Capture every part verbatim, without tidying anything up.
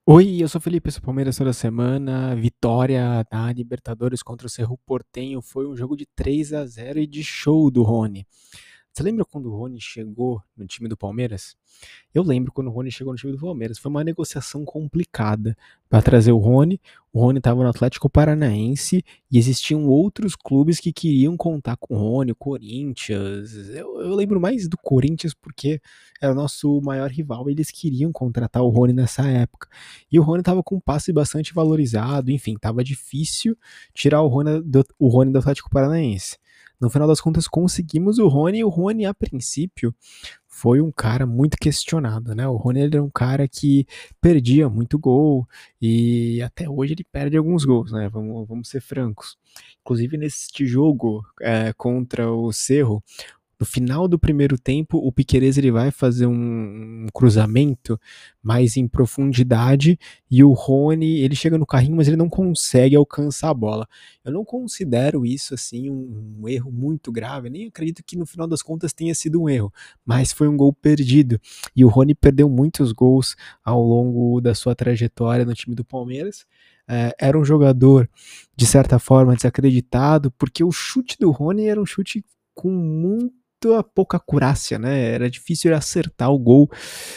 Oi, eu sou o Felipe, sou Palmeiras toda semana. Vitória da Libertadores contra o Cerro Porteño foi um jogo de três a zero e de show do Rony. Você lembra quando o Rony chegou no time do Palmeiras? Eu lembro quando o Rony chegou no time do Palmeiras. Foi uma negociação complicada para trazer o Rony. O Rony estava no Atlético Paranaense e existiam outros clubes que queriam contar com o Rony, o Corinthians. Eu, eu lembro mais do Corinthians porque era o nosso maior rival. Eles queriam contratar o Rony nessa época. E o Rony estava com um passe bastante valorizado. Enfim, estava difícil tirar o Rony do, o Rony do Atlético Paranaense. No final das contas, conseguimos o Rony, e o Rony, a princípio, foi um cara muito questionado, né? O Rony era um cara que perdia muito gol e até hoje ele perde alguns gols, né? Vamos, vamos ser francos. Inclusive, neste jogo é, contra o Cerro, no final do primeiro tempo, o Piquerez ele vai fazer um, um cruzamento mais em profundidade e o Rony ele chega no carrinho, mas ele não consegue alcançar a bola. Eu não considero isso assim um, um erro muito grave, nem acredito que no final das contas tenha sido um erro, mas foi um gol perdido e o Rony perdeu muitos gols ao longo da sua trajetória no time do Palmeiras. É, era um jogador de certa forma desacreditado porque o chute do Rony era um chute com muito pouca acurácia, né? Era difícil acertar o gol.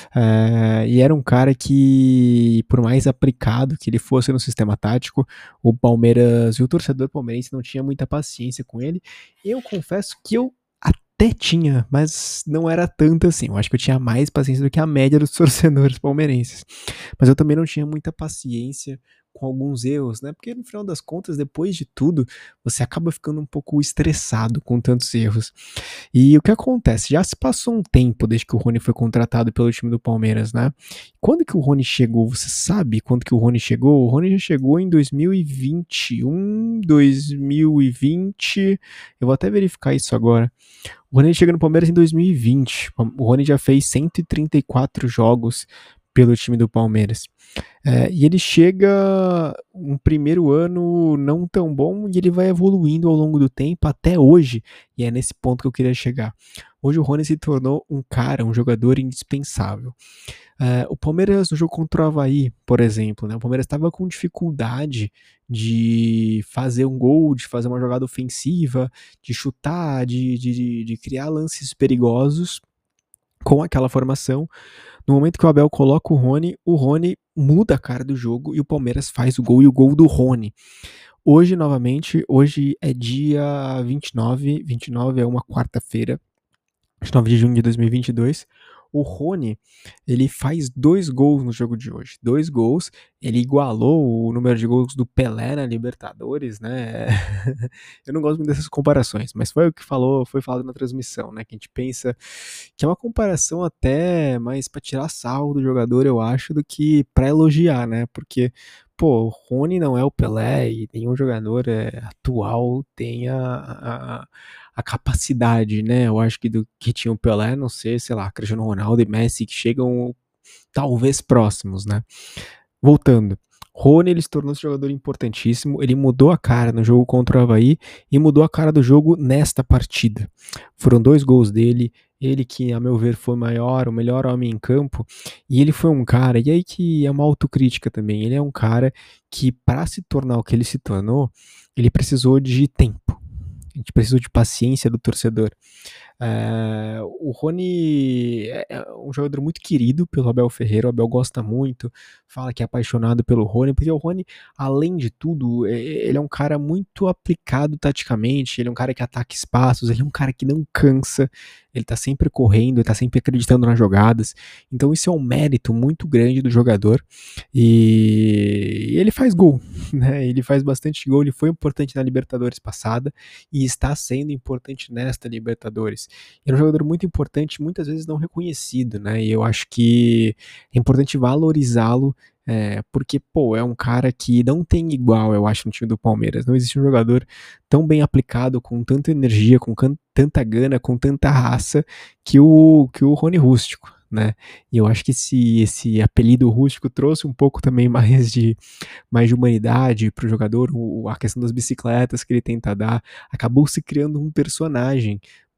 Uh, e era um cara que, por mais aplicado que ele fosse no sistema tático, o Palmeiras e o torcedor palmeirense não tinha muita paciência com ele. Eu confesso que eu até tinha, mas não era tanto assim. Eu acho que eu tinha mais paciência do que a média dos torcedores palmeirenses. Mas eu também não tinha muita paciência com alguns erros, né? Porque no final das contas, depois de tudo, você acaba ficando um pouco estressado com tantos erros. E o que acontece? Já se passou um tempo desde que o Rony foi contratado pelo time do Palmeiras, né? Quando que o Rony chegou? Você sabe quando que o Rony chegou? O Rony já chegou em dois mil e vinte e um, dois mil e vinte. Eu vou até verificar isso agora. O Rony chega no Palmeiras em dois mil e vinte. O Rony já fez cento e trinta e quatro jogos pelo time do Palmeiras. É, e ele chega um primeiro ano não tão bom e ele vai evoluindo ao longo do tempo até hoje, e é nesse ponto que eu queria chegar. Hoje o Rony se tornou um cara, um jogador indispensável. É, o Palmeiras no jogo contra o Avaí, por exemplo, né, o Palmeiras estava com dificuldade de fazer um gol, de fazer uma jogada ofensiva, de chutar, de, de, de criar lances perigosos com aquela formação. No momento que o Abel coloca o Rony, o Rony muda a cara do jogo e o Palmeiras faz o gol, e o gol do Rony. Hoje, novamente, hoje é dia vinte e nove, vinte e nove é uma quarta-feira, vinte e nove de junho de dois mil e vinte e dois. O Rony, ele faz dois gols no jogo de hoje. Dois gols. Ele igualou o número de gols do Pelé na Libertadores, né? Eu não gosto muito dessas comparações, mas foi o que falou, foi falado na transmissão, né? Que a gente pensa que é uma comparação até mais para tirar sarro do jogador, eu acho, do que para elogiar, né? Porque, pô, o Rony não é o Pelé e nenhum jogador é, atual tem a, a, a capacidade, né? Eu acho que do que tinha o Pelé, não sei, sei lá, Cristiano Ronaldo e Messi, que chegam talvez próximos, né? Voltando. Rony, ele se tornou um jogador importantíssimo, ele mudou a cara no jogo contra o Avaí e mudou a cara do jogo nesta partida. Foram dois gols dele, ele que, a meu ver, foi maior, o melhor homem em campo, e ele foi um cara, e aí que é uma autocrítica também, ele é um cara que, para se tornar o que ele se tornou, ele precisou de tempo, a gente precisou de paciência do torcedor. É, o Rony é um jogador muito querido pelo Abel Ferreira, o Abel gosta muito, fala que é apaixonado pelo Rony, porque o Rony, além de tudo, ele é um cara muito aplicado taticamente, ele é um cara que ataca espaços, ele é um cara que não cansa, ele tá sempre correndo, ele tá sempre acreditando nas jogadas, então isso é um mérito muito grande do jogador, e ele faz gol, né? Ele faz bastante gol, ele foi importante na Libertadores passada, e está sendo importante nesta Libertadores. Ele é um jogador muito importante, muitas vezes não reconhecido, né? E eu acho que é importante valorizá-lo, é, porque, pô, é um cara que não tem igual, eu acho, no time do Palmeiras. Não existe um jogador tão bem aplicado, com tanta energia, com can- tanta gana, com tanta raça, que o, que o Rony Rústico, né? E eu acho que esse, esse apelido rústico trouxe um pouco também mais de, mais de humanidade pro jogador, o, a questão das bicicletas que ele tenta dar, acabou se criando um personagem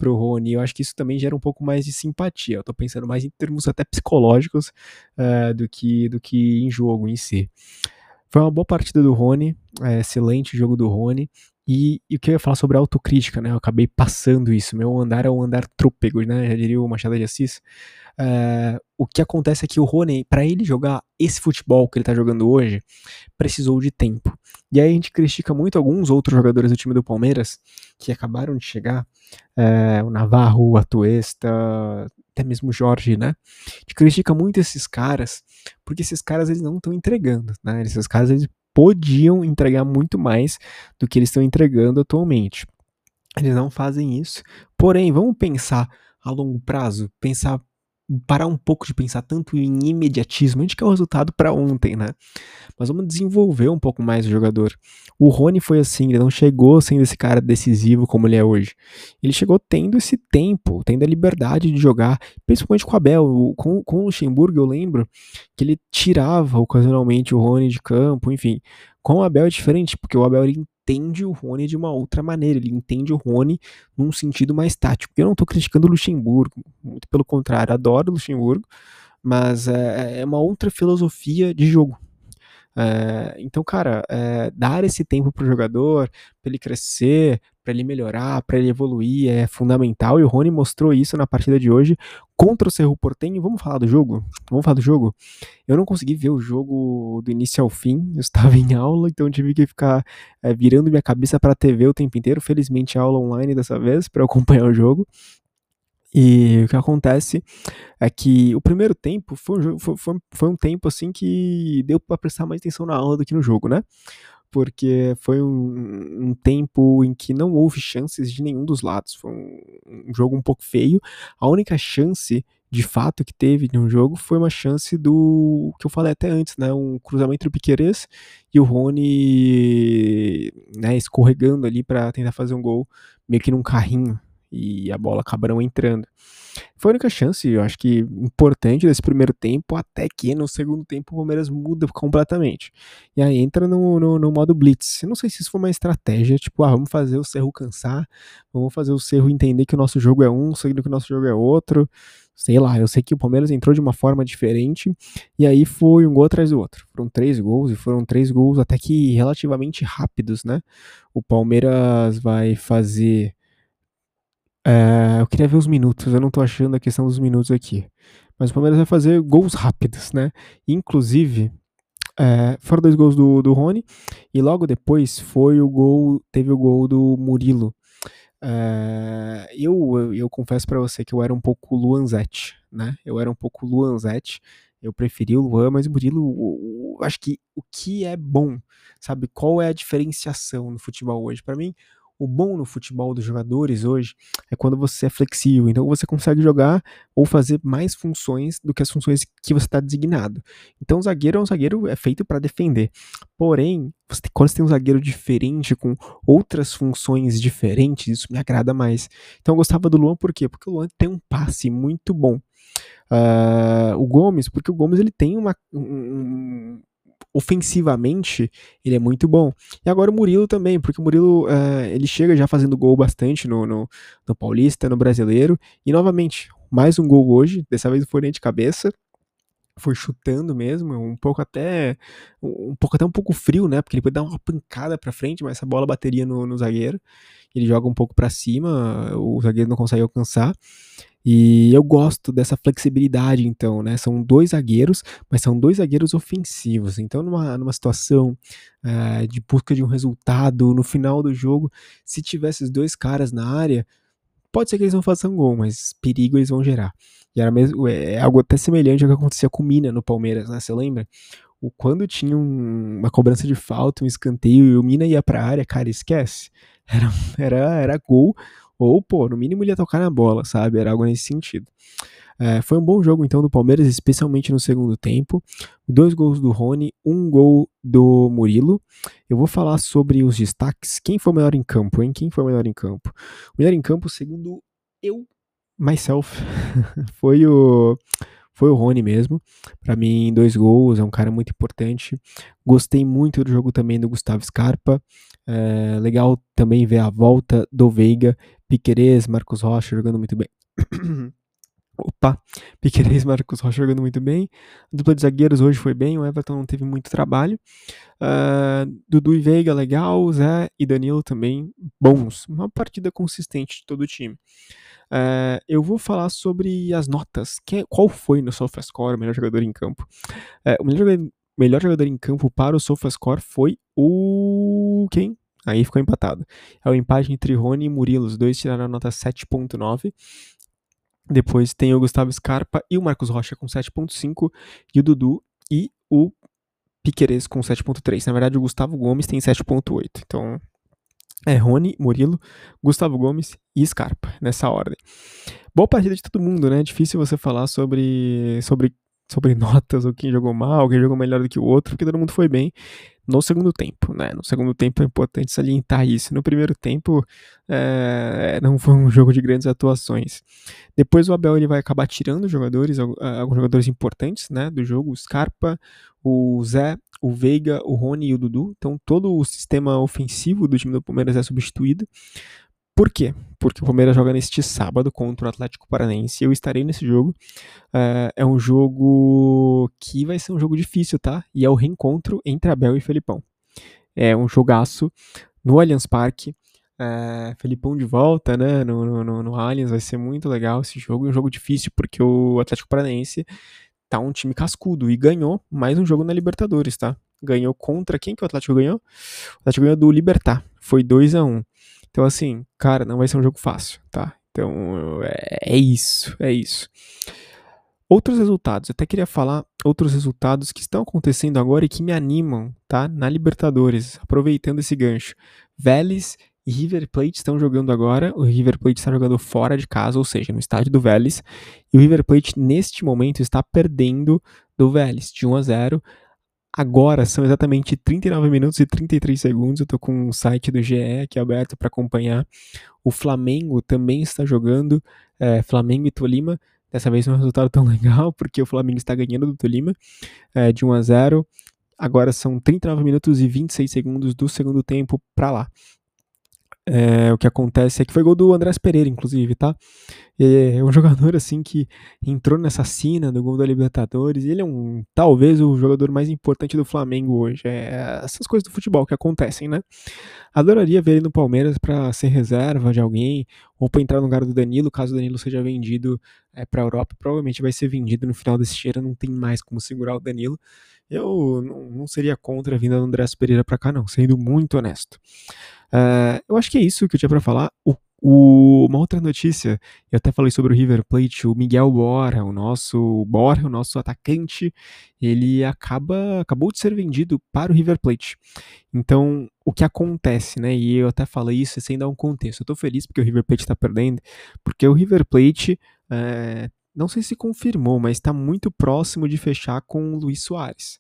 pro Rony, eu acho que isso também gera um pouco mais de simpatia. Eu tô pensando mais em termos até psicológicos uh, do, que, do que em jogo em si. Foi uma boa partida do Rony, é, excelente jogo do Rony. E, e o que eu ia falar sobre autocrítica, né? Eu acabei passando isso. Meu andar é um andar trôpego, né? Já diria o Machado de Assis. É, o que acontece é que o Rony, para ele jogar esse futebol que ele tá jogando hoje, precisou de tempo. E aí a gente critica muito alguns outros jogadores do time do Palmeiras que acabaram de chegar, é, o Navarro, o Atuesta, até mesmo o Jorge, né? A gente critica muito esses caras, porque esses caras eles não estão entregando, né? Esses caras eles podiam entregar muito mais do que eles estão entregando atualmente. Eles não fazem isso. Porém, vamos pensar a longo prazo, pensar parar um pouco de pensar tanto em imediatismo, a gente quer o resultado para ontem, né? Mas vamos desenvolver um pouco mais o jogador. O Rony foi assim, ele não chegou sendo esse cara decisivo como ele é hoje. Ele chegou tendo esse tempo, tendo a liberdade de jogar, principalmente com o Abel. Com, com o Luxemburgo, eu lembro que ele tirava ocasionalmente o Rony de campo, enfim. Com o Abel é diferente, porque o Abel ele entende o Rony de uma outra maneira, ele entende o Rony num sentido mais tático. Eu não estou criticando o Luxemburgo, muito pelo contrário, adoro o Luxemburgo, mas é, é uma outra filosofia de jogo. É, então, cara, é, dar esse tempo pro jogador, para ele crescer, para ele melhorar, para ele evoluir é fundamental, e o Rony mostrou isso na partida de hoje contra o Cerro Porteño. Vamos falar do jogo? Vamos falar do jogo? Eu não consegui ver o jogo do início ao fim, eu estava em aula, então tive que ficar é, virando minha cabeça para a T V o tempo inteiro, felizmente aula online dessa vez, para acompanhar o jogo. E o que acontece é que o primeiro tempo foi um, jogo, foi, foi, foi um tempo assim que deu para prestar mais atenção na aula do que no jogo, né? Porque foi um, um tempo em que não houve chances de nenhum dos lados. Foi um, um jogo um pouco feio. A única chance de fato que teve no jogo foi uma chance do que eu falei até antes, né? Um cruzamento entre o Piquerez e o Rony, né, escorregando ali para tentar fazer um gol meio que num carrinho. E a bola acabaram entrando. Foi a única chance, eu acho que importante desse primeiro tempo, até que no segundo tempo o Palmeiras muda completamente. E aí entra no, no, no modo blitz. Eu não sei se isso foi uma estratégia, tipo, ah, vamos fazer o Cerro cansar, vamos fazer o Cerro entender que o nosso jogo é um, sabendo que o nosso jogo é outro. Sei lá, eu sei que o Palmeiras entrou de uma forma diferente, e aí foi um gol atrás do outro. Foram três gols, e foram três gols até que relativamente rápidos, né? O Palmeiras vai fazer... É, eu queria ver os minutos, eu não tô achando a questão dos minutos aqui. Mas o Palmeiras vai fazer gols rápidos, né? Inclusive, é, foram dois gols do, do Rony, e logo depois foi o gol, teve o gol do Murilo. É, eu, eu, eu confesso pra você que eu era um pouco Luanzete, né? Eu era um pouco Luanzete, eu preferi o Luan, mas o Murilo, o, o, acho que o que é bom, sabe? Qual é a diferenciação no futebol hoje? Pra mim, o bom no futebol dos jogadores hoje é quando você é flexível, então você consegue jogar ou fazer mais funções do que as funções que você está designado. Então o zagueiro é um zagueiro é feito para defender. Porém, você tem, quando você tem um zagueiro diferente, com outras funções diferentes, isso me agrada mais. Então eu gostava do Luan por quê? Porque o Luan tem um passe muito bom. Uh, o Gomes, porque o Gomes ele tem uma... Um, ofensivamente, ele é muito bom. E agora o Murilo também, porque o Murilo uh, ele chega já fazendo gol bastante no, no, no Paulista, no Brasileiro. E novamente, mais um gol hoje, dessa vez não foi nem de cabeça, foi chutando mesmo, um pouco até um pouco até um pouco frio, né? Porque ele pode dar uma pancada pra frente, mas essa bola bateria no, no zagueiro. Ele joga um pouco pra cima, o zagueiro não consegue alcançar. E eu gosto dessa flexibilidade, então, né? São dois zagueiros, mas são dois zagueiros ofensivos. Então, numa, numa situação uh, de busca de um resultado no final do jogo, se tiver esses dois caras na área, pode ser que eles não façam gol, mas perigo eles vão gerar. E era mesmo, é algo até semelhante ao que acontecia com o Mina no Palmeiras, né? Você lembra? O, quando tinha um, uma cobrança de falta, um escanteio, e o Mina ia pra área, cara, esquece. Era, era, era gol, ou, pô, no mínimo ele ia tocar na bola, sabe? Era algo nesse sentido. É, foi um bom jogo, então, do Palmeiras, especialmente no segundo tempo. Dois gols do Rony, um gol do Murilo. Eu vou falar sobre os destaques. Quem foi o melhor em campo, hein? Quem foi o melhor em campo? O melhor em campo, segundo eu, myself, foi o, foi o Rony mesmo. Pra mim, dois gols, é um cara muito importante. Gostei muito do jogo também do Gustavo Scarpa. É legal também ver a volta do Veiga, Piquerez, Marcos Rocha jogando muito bem. Opa, Piquerez, Marcos Rocha jogando muito bem. A dupla de zagueiros hoje foi bem, o Everton não teve muito trabalho. Uh, Dudu e Veiga, legal. Zé e Danilo também, bons. Uma partida consistente de todo o time. Uh, eu vou falar sobre as notas. Que, qual foi no SofaScore o melhor jogador em campo? Uh, o melhor jogador, melhor jogador em campo para o SofaScore foi o... quem? Aí ficou empatado. É o empate entre Rony e Murilo. Os dois tiraram a nota sete ponto nove. Depois tem o Gustavo Scarpa e o Marcos Rocha com sete ponto cinco. E o Dudu e o Piquerez com sete ponto três. Na verdade, o Gustavo Gomes tem sete ponto oito. Então, é Rony, Murilo, Gustavo Gomes e Scarpa, nessa ordem. Boa partida de todo mundo, né? É difícil você falar sobre, sobre, sobre notas, ou quem jogou mal, quem jogou melhor do que o outro, porque todo mundo foi bem no segundo tempo, né? No segundo tempo é importante salientar isso. No primeiro tempo, é, não foi um jogo de grandes atuações. Depois o Abel ele vai acabar tirando jogadores, alguns jogadores importantes, né, do jogo, o Scarpa, o Zé, o Veiga, o Rony e o Dudu. Então todo o sistema ofensivo do time do Palmeiras é substituído. Por quê? Porque o Palmeiras joga neste sábado contra o Atlético Paranaense. Eu estarei nesse jogo. É, é um jogo que vai ser um jogo difícil, tá? E é o reencontro entre Abel e Felipão. É um jogaço no Allianz Parque. É, Felipão de volta, né? No, no, no Allianz vai ser muito legal esse jogo. É um jogo difícil porque o Atlético Paranaense tá um time cascudo e ganhou mais um jogo na Libertadores, tá? Ganhou contra quem que o Atlético ganhou? O Atlético ganhou do Libertad. Foi dois a um. Então, assim, cara, não vai ser um jogo fácil, tá? Então, é, é isso, é isso. Outros resultados, eu até queria falar outros resultados que estão acontecendo agora e que me animam, tá? Na Libertadores, aproveitando esse gancho. Vélez e River Plate estão jogando agora, o River Plate está jogando fora de casa, ou seja, no estádio do Vélez, e o River Plate, neste momento, está perdendo do Vélez, de um a zero. Agora são exatamente trinta e nove minutos e trinta e três segundos. Eu tô com o site do G E aqui aberto para acompanhar. O Flamengo também está jogando, é, Flamengo e Tolima. Dessa vez não é um resultado tão legal, porque o Flamengo está ganhando do Tolima é, de um a zero. Agora são trinta e nove minutos e vinte e seis segundos do segundo tempo para lá. É, o que acontece é que foi gol do Andrés Pereira, inclusive, tá? É um jogador, assim, que entrou nessa cena do gol da Libertadores, e ele é um, talvez, o jogador mais importante do Flamengo hoje. É essas coisas do futebol que acontecem, né? Adoraria ver ele no Palmeiras pra ser reserva de alguém, ou pra entrar no lugar do Danilo, caso o Danilo seja vendido é, pra Europa. Provavelmente vai ser vendido no final desse ano, não tem mais como segurar o Danilo. Eu não, não seria contra a vinda do Andrés Pereira pra cá, não, sendo muito honesto. Uh, eu acho que é isso que eu tinha pra falar. O, o, uma outra notícia, eu até falei sobre o River Plate, o Miguel Borja, o nosso Borja, o nosso atacante, ele acaba, acabou de ser vendido para o River Plate. Então, o que acontece, né? E eu até falei isso sem dar um contexto. Eu tô feliz porque o River Plate tá perdendo, porque o River Plate, é, não sei se confirmou, mas tá muito próximo de fechar com o Luis Soares.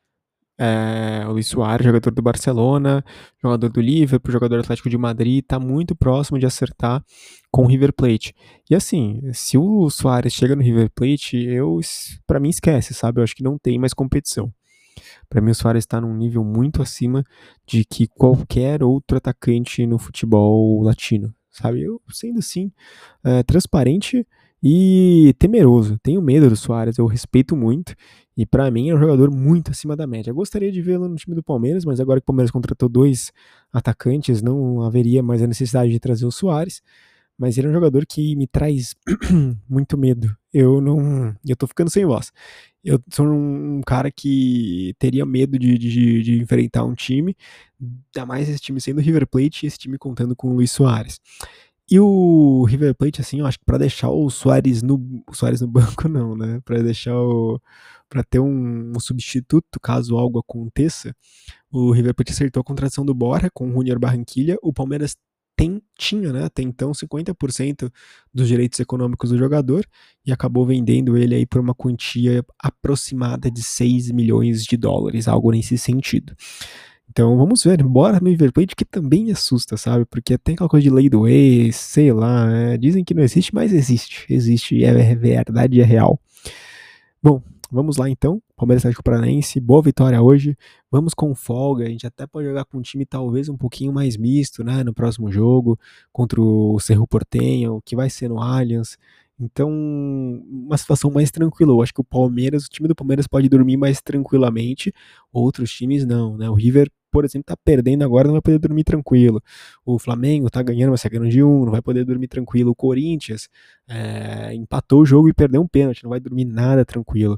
É, o Luis Soares, jogador do Barcelona, jogador do Liverpool, jogador do Atlético de Madrid, tá muito próximo de acertar com o River Plate. E assim, se o Soares chega no River Plate, eu, pra mim esquece, sabe? Eu acho que não tem mais competição. Pra mim o Soares tá num nível muito acima de que qualquer outro atacante no futebol latino, sabe? Eu, sendo assim, é, transparente e temeroso. Tenho medo do Soares, eu respeito muito. E pra mim é um jogador muito acima da média. Eu gostaria de vê-lo no time do Palmeiras, mas agora que o Palmeiras contratou dois atacantes, não haveria mais a necessidade de trazer o Soares. Mas ele é um jogador que me traz muito medo. Eu não. Eu tô ficando sem voz. Eu sou um cara que teria medo de, de, de enfrentar um time, ainda mais esse time sendo o River Plate e esse time contando com o Luis Soares. E o River Plate, assim, eu acho que pra deixar o Soares no, o Soares no banco, não, né? Pra deixar o. Pra ter um, um substituto caso algo aconteça, o River Plate acertou a contratação do Borja com o Junior Barranquilla. O Palmeiras tem, tinha, né, até então, cinquenta por cento dos direitos econômicos do jogador e acabou vendendo ele aí por uma quantia aproximada de seis milhões de dólares, algo nesse sentido. Então vamos ver, bora no River Plate, que também assusta, sabe? Porque tem aquela coisa de lei do ex, sei lá, é, dizem que não existe, mas existe, existe, é verdade, é real. Bom, vamos lá então. Palmeiras e Atlético Paranaense, boa vitória hoje. Vamos com folga. A gente até pode jogar com um time talvez um pouquinho mais misto, né? No próximo jogo, contra o Cerro Porteño, que vai ser no Allianz. Então, uma situação mais tranquila. Eu acho que o Palmeiras, o time do Palmeiras pode dormir mais tranquilamente, outros times não, né? O River, por exemplo, tá perdendo agora, não vai poder dormir tranquilo. O Flamengo tá ganhando, mas tá ganhando de um, não vai poder dormir tranquilo. O Corinthians é, empatou o jogo e perdeu um pênalti, não vai dormir nada tranquilo.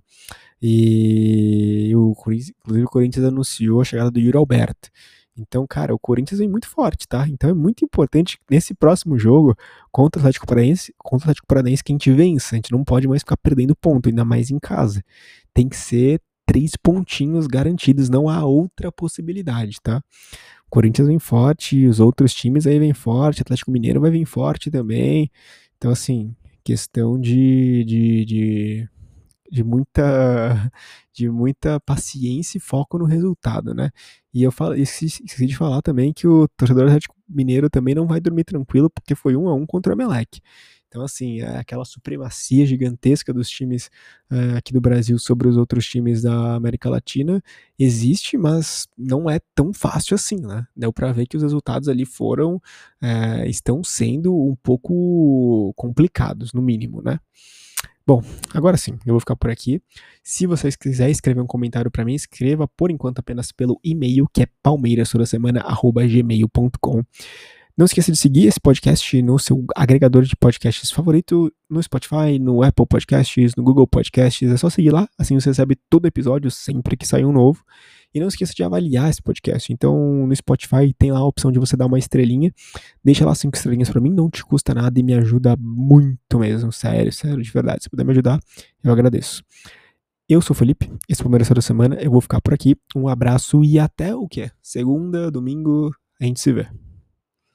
E o, inclusive o Corinthians anunciou a chegada do Yuri Alberto. Então, cara, o Corinthians vem muito forte, tá? Então é muito importante nesse próximo jogo contra o Atlético Paranaense, contra o Atlético Paranaense que a gente vença. A gente não pode mais ficar perdendo ponto, ainda mais em casa. Tem que ser três pontinhos garantidos, não há outra possibilidade, tá? O Corinthians vem forte, os outros times aí vêm forte, Atlético Mineiro vai vir forte também. Então, assim, questão de, de, de de muita de muita paciência e foco no resultado, né? E eu falo, esqueci, esqueci de falar também que o torcedor do Atlético Mineiro também não vai dormir tranquilo porque foi um a um contra o Emelec. Então, assim, é aquela supremacia gigantesca dos times é, aqui do Brasil sobre os outros times da América Latina existe, mas não é tão fácil assim, né? Deu para ver que os resultados ali foram, é, estão sendo um pouco complicados, no mínimo, né? Bom, agora sim, eu vou ficar por aqui. Se vocês quiserem escrever um comentário para mim, escreva por enquanto apenas pelo e-mail, que é palmeirastodasemana arroba gmail ponto com. Não esqueça de seguir esse podcast no seu agregador de podcasts favorito, no Spotify, no Apple Podcasts, no Google Podcasts. É só seguir lá, assim você recebe todo episódio sempre que sair um novo. E não esqueça de avaliar esse podcast. Então, no Spotify tem lá a opção de você dar uma estrelinha. Deixa lá cinco estrelinhas pra mim, não te custa nada e me ajuda muito mesmo. Sério, sério, de verdade. Se puder me ajudar, eu agradeço. Eu sou o Felipe, esse é o primeiro da semana. Eu vou ficar por aqui. Um abraço e até o quê? Segunda, domingo, a gente se vê.